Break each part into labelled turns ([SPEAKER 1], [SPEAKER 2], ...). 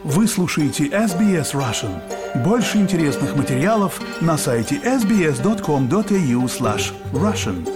[SPEAKER 1] Вы слушаете SBS Russian. Больше интересных материалов на сайте sbs.com.au/russian.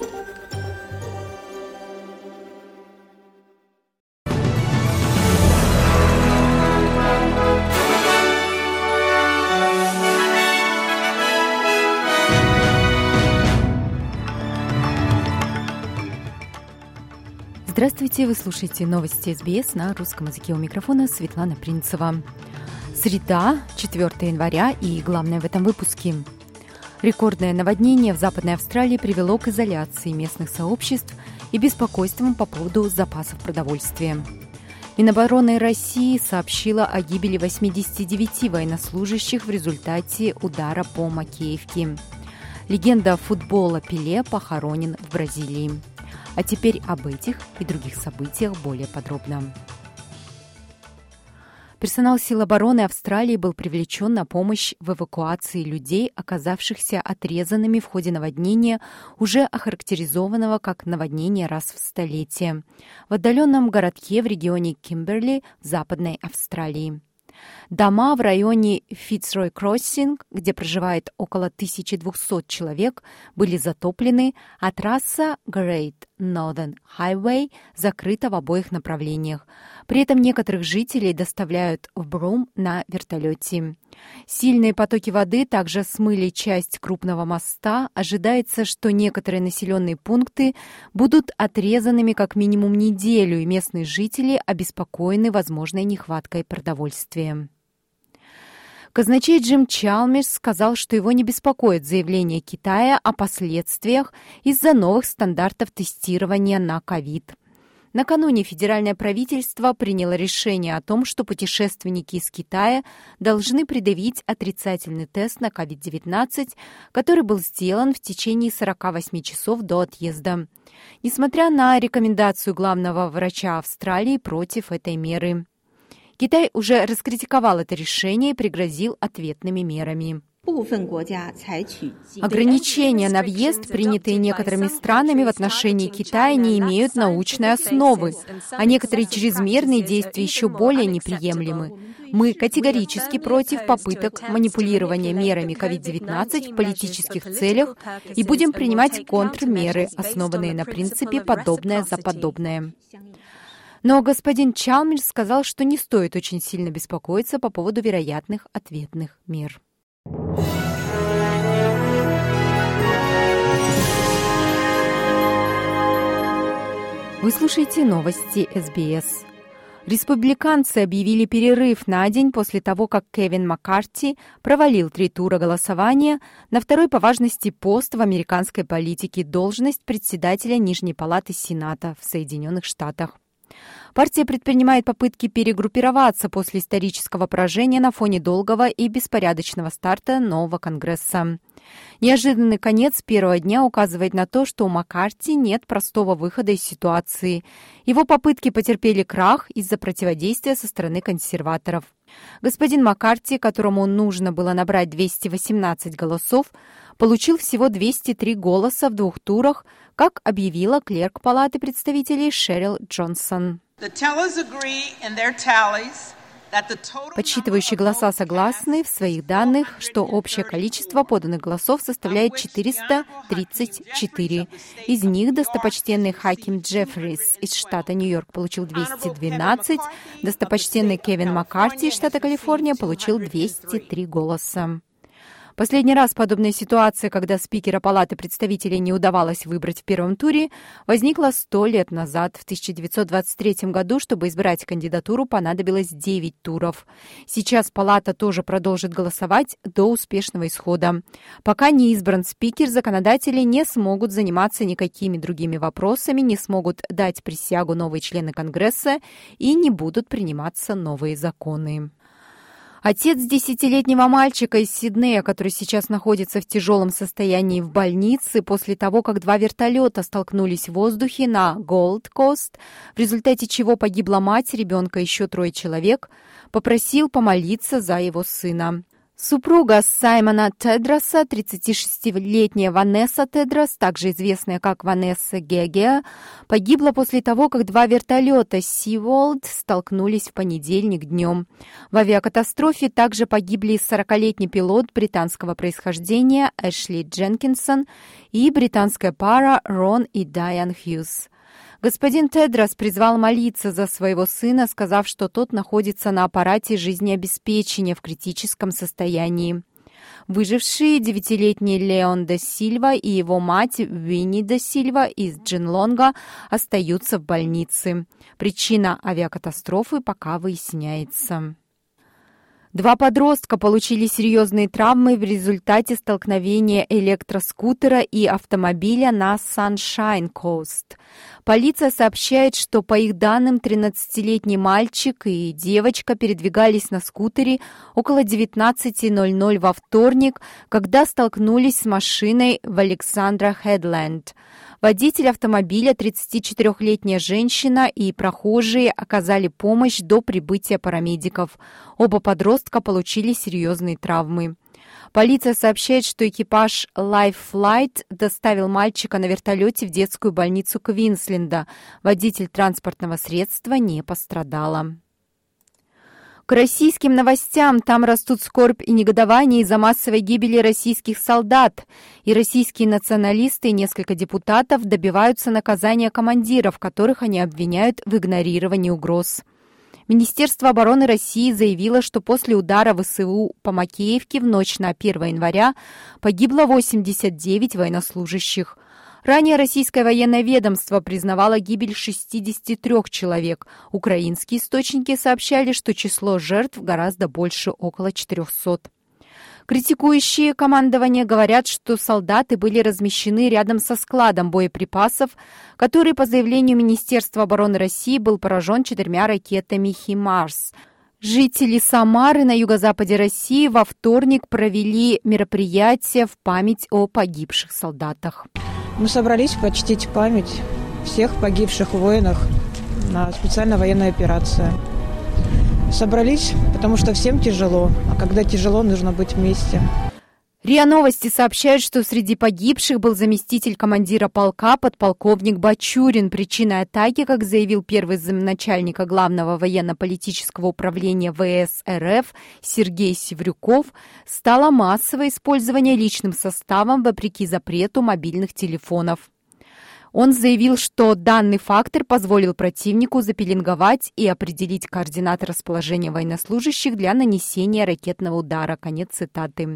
[SPEAKER 2] Здравствуйте, вы слушаете новости СБС на русском языке. У микрофона Светлана Принцева. Среда, 4 января, и главное в этом выпуске. Рекордное наводнение в Западной Австралии привело к изоляции местных сообществ и беспокойствам по поводу запасов продовольствия. Минобороны России сообщила о гибели 89 военнослужащих в результате удара по Макеевке. Легенда футбола Пеле похоронен в Бразилии. А теперь об этих и других событиях более подробно. Персонал сил обороны Австралии был привлечен на помощь в эвакуации людей, оказавшихся отрезанными в ходе наводнения, уже охарактеризованного как наводнение раз в столетие, в отдаленном городке в регионе Кимберли в Западной Австралии. Дома в районе Фицрой Кроссинг, где проживает около 1200 человек, были затоплены, а трасса Great Northern Highway закрыта в обоих направлениях. При этом некоторых жителей доставляют в Брум на вертолете. Сильные потоки воды также смыли часть крупного моста. Ожидается, что некоторые населенные пункты будут отрезанными как минимум неделю, и местные жители обеспокоены возможной нехваткой продовольствия. Казначей Джим Чалмерс сказал, что его не беспокоит заявление Китая о последствиях из-за новых стандартов тестирования на ковид. Накануне федеральное правительство приняло решение о том, что путешественники из Китая должны предъявить отрицательный тест на COVID-19, который был сделан в течение 48 часов до отъезда, несмотря на рекомендацию главного врача Австралии против этой меры. Китай уже раскритиковал это решение и пригрозил ответными мерами. Ограничения на въезд, принятые некоторыми странами в отношении Китая, не имеют научной основы, а некоторые чрезмерные действия еще более неприемлемы. Мы категорически против попыток манипулирования мерами COVID-19 в политических целях и будем принимать контрмеры, основанные на принципе «подобное за подобное». Но господин Чалмерс сказал, что не стоит очень сильно беспокоиться по поводу вероятных ответных мер. Вы слушаете новости СБС. Республиканцы объявили перерыв на день после того, как Кевин Маккарти провалил 3 тура голосования на второй по важности пост в американской политике – должность председателя Нижней палаты Сената в Соединенных Штатах. Партия предпринимает попытки перегруппироваться после исторического поражения на фоне долгого и беспорядочного старта нового Конгресса. Неожиданный конец первого дня указывает на то, что у Маккарти нет простого выхода из ситуации. Его попытки потерпели крах из-за противодействия со стороны консерваторов. Господин Маккарти, которому нужно было набрать 218 голосов, получил всего 203 голоса в 2 турах, как объявила клерк Палаты представителей Шерил Джонсон. Подсчитывающие голоса согласны в своих данных, что общее количество поданных голосов составляет 434. Из них достопочтенный Хаким Джеффрис из штата Нью-Йорк получил 212, достопочтенный Кевин Маккарти из штата Калифорния получил 203 голоса. Последний раз подобная ситуация, когда спикера Палаты представителей не удавалось выбрать в первом туре, возникла 100 лет назад. В 1923 году, чтобы избрать кандидатуру, понадобилось 9 туров. Сейчас Палата тоже продолжит голосовать до успешного исхода. Пока не избран спикер, законодатели не смогут заниматься никакими другими вопросами, не смогут дать присягу новые члены Конгресса и не будут приниматься новые законы. Отец 10-летнего мальчика из Сиднея, который сейчас находится в тяжелом состоянии в больнице после того, как 2 вертолета столкнулись в воздухе на Голд-Кост, в результате чего погибла мать ребенка и еще 3 человек, попросил помолиться за его сына. Супруга Саймона Тедроса, 36-летняя Ванесса Тедрос, также известная как Ванесса Гегеа, погибла после того, как два вертолета Seaworld столкнулись в понедельник днем. В авиакатастрофе также погибли 40-летний пилот британского происхождения Эшли Дженкинсон и британская пара Рон и Дайан Хьюз. Господин Тедрос призвал молиться за своего сына, сказав, что тот находится на аппарате жизнеобеспечения в критическом состоянии. Выжившие 9-летний Леон де Сильва и его мать Винни де Сильва из Джинлонга остаются в больнице. Причина авиакатастрофы пока выясняется. Два подростка получили серьезные травмы в результате столкновения электроскутера и автомобиля на Sunshine Coast. Полиция сообщает, что, по их данным, 13-летний мальчик и девочка передвигались на скутере около 19:00 во вторник, когда столкнулись с машиной в Александра Хедленд. Водитель автомобиля, 34-летняя женщина и прохожие оказали помощь до прибытия парамедиков. Оба подростка получили серьезные травмы. Полиция сообщает, что экипаж Life Flight доставил мальчика на вертолете в детскую больницу Квинсленда. Водитель транспортного средства не пострадала. К российским новостям. Там растут скорбь и негодование из-за массовой гибели российских солдат. И российские националисты и несколько депутатов добиваются наказания командиров, которых они обвиняют в игнорировании угроз. Министерство обороны России заявило, что после удара ВСУ по Макеевке в ночь на 1 января погибло 89 военнослужащих. Ранее российское военное ведомство признавало гибель 63 человек. Украинские источники сообщали, что число жертв гораздо больше, около 400. Критикующие командование говорят, что солдаты были размещены рядом со складом боеприпасов, который, по заявлению Министерства обороны России, был поражен 4 ракетами «Химарс». Жители Самары на юго-западе России во вторник провели мероприятие в память о погибших солдатах.
[SPEAKER 3] Мы собрались почтить память всех погибших воинов на специальной военной операции. Собрались, потому что всем тяжело, а когда тяжело, нужно быть вместе.
[SPEAKER 2] РИА Новости сообщают, что среди погибших был заместитель командира полка подполковник Бачурин. Причиной атаки, как заявил первый замначальника Главного военно-политического управления ВС РФ Сергей Севрюков, стало массовое использование личным составом вопреки запрету мобильных телефонов. Он заявил, что данный фактор позволил противнику запеленговать и определить координаты расположения военнослужащих для нанесения ракетного удара. Конец цитаты.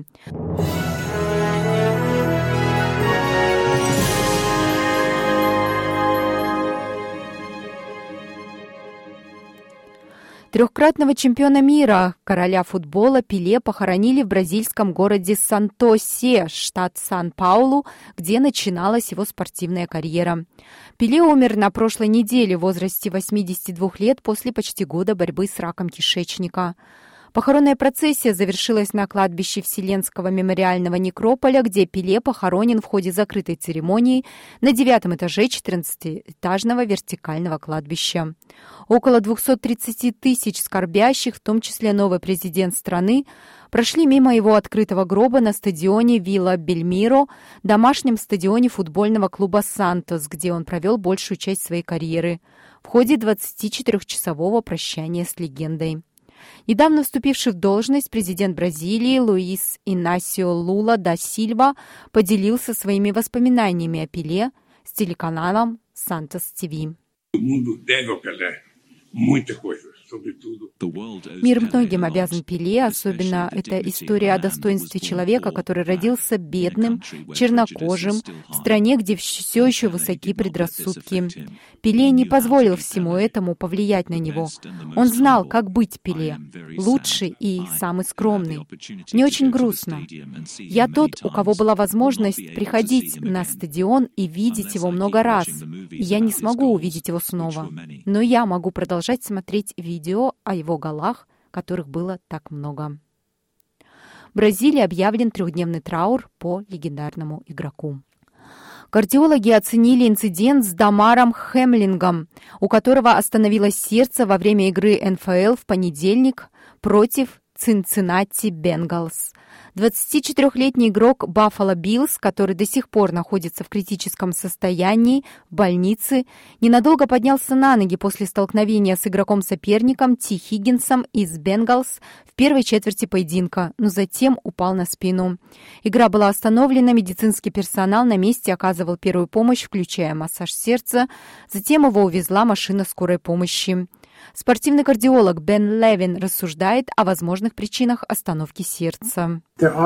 [SPEAKER 2] Трехкратного чемпиона мира, короля футбола Пеле похоронили в бразильском городе Сантосе, штат Сан-Паулу, где начиналась его спортивная карьера. Пеле умер на прошлой неделе в возрасте 82 лет после почти года борьбы с раком кишечника. Похоронная процессия завершилась на кладбище Вселенского мемориального некрополя, где Пеле похоронен в ходе закрытой церемонии на 9-м этаже 14-этажного вертикального кладбища. Около 230 тысяч скорбящих, в том числе новый президент страны, прошли мимо его открытого гроба на стадионе Вилла Бельмиро, домашнем стадионе футбольного клуба «Сантос», где он провел большую часть своей карьеры, в ходе 24-часового прощания с легендой. Недавно вступивший в должность президент Бразилии Луис Инасио Лула да Сильва поделился своими воспоминаниями о Пеле с телеканалом Santos TV. Мир многим обязан Пеле, особенно это история о достоинстве человека, который родился бедным, чернокожим, в стране, где все еще высоки предрассудки. Пеле не позволил всему этому повлиять на него. Он знал, как быть Пеле, лучший и самый скромный. Мне очень грустно. Я тот, у кого была возможность приходить на стадион и видеть его много раз. И я не смогу увидеть его снова. Но я могу продолжать смотреть видео о его голах, которых было так много. В Бразилии объявлен 3-дневный траур по легендарному игроку. Кардиологи оценили инцидент с Дамаром Хэмлингом, у которого остановилось сердце во время игры НФЛ в понедельник против Cincinnati Bengals. 24-летний игрок Buffalo Bills, который до сих пор находится в критическом состоянии в больнице, ненадолго поднялся на ноги после столкновения с игроком-соперником Ти Хиггинсом из Bengals в первой четверти поединка, но затем упал на спину. Игра была остановлена, медицинский персонал на месте оказывал первую помощь, включая массаж сердца, затем его увезла машина скорой помощи. Спортивный кардиолог Бен Левин рассуждает о возможных причинах остановки сердца.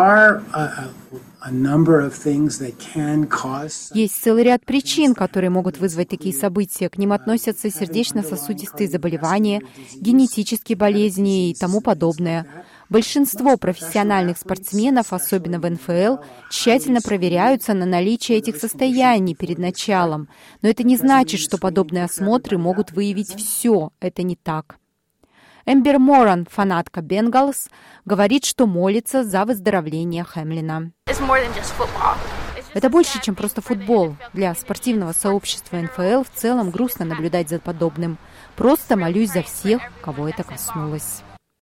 [SPEAKER 2] Есть целый ряд причин, которые могут вызвать такие события. К ним относятся сердечно-сосудистые заболевания, генетические болезни и тому подобное. Большинство профессиональных спортсменов, особенно в НФЛ, тщательно проверяются на наличие этих состояний перед началом. Но это не значит, что подобные осмотры могут выявить все. Это не так. Эмбер Моран, фанатка Бенгалс, говорит, что молится за выздоровление Хэмлина. Это больше, чем просто футбол. Для спортивного сообщества НФЛ в целом грустно наблюдать за подобным. Просто молюсь за всех, кого это коснулось.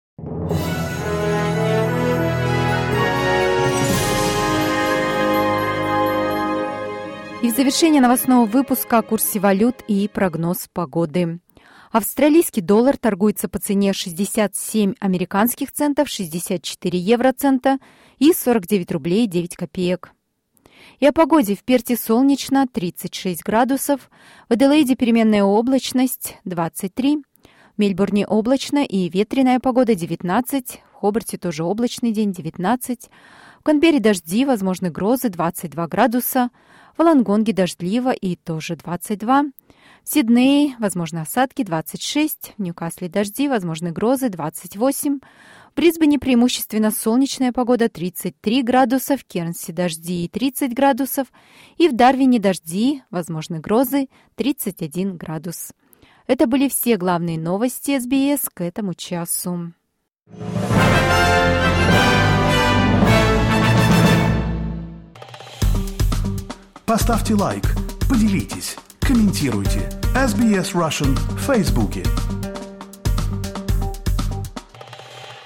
[SPEAKER 2] И в завершение новостного выпуска о курсе валют и прогноз погоды. Австралийский доллар торгуется по цене 67 американских центов, 64 евроцента и 49 рублей 9 копеек. И о погоде. В Перте солнечно, 36 градусов, в Аделаиде переменная облачность, 23, в Мельбурне облачно и ветреная погода, 19, в Хобарте тоже облачный день, 19, в Канберре дожди, возможны грозы, 22 градуса, в Волонгонге дождливо и тоже 22, в Сиднее возможны осадки, 26, в Ньюкасле дожди, возможны грозы, 28, в Брисбене преимущественно солнечная погода, 33 градуса, в Кернсе дожди, 30 градусов, и в Дарвине дожди, возможны грозы, 31 градус. Это были все главные новости СБС к этому часу.
[SPEAKER 1] Поставьте лайк, поделитесь, комментируйте. SBS Russian в Фейсбуке.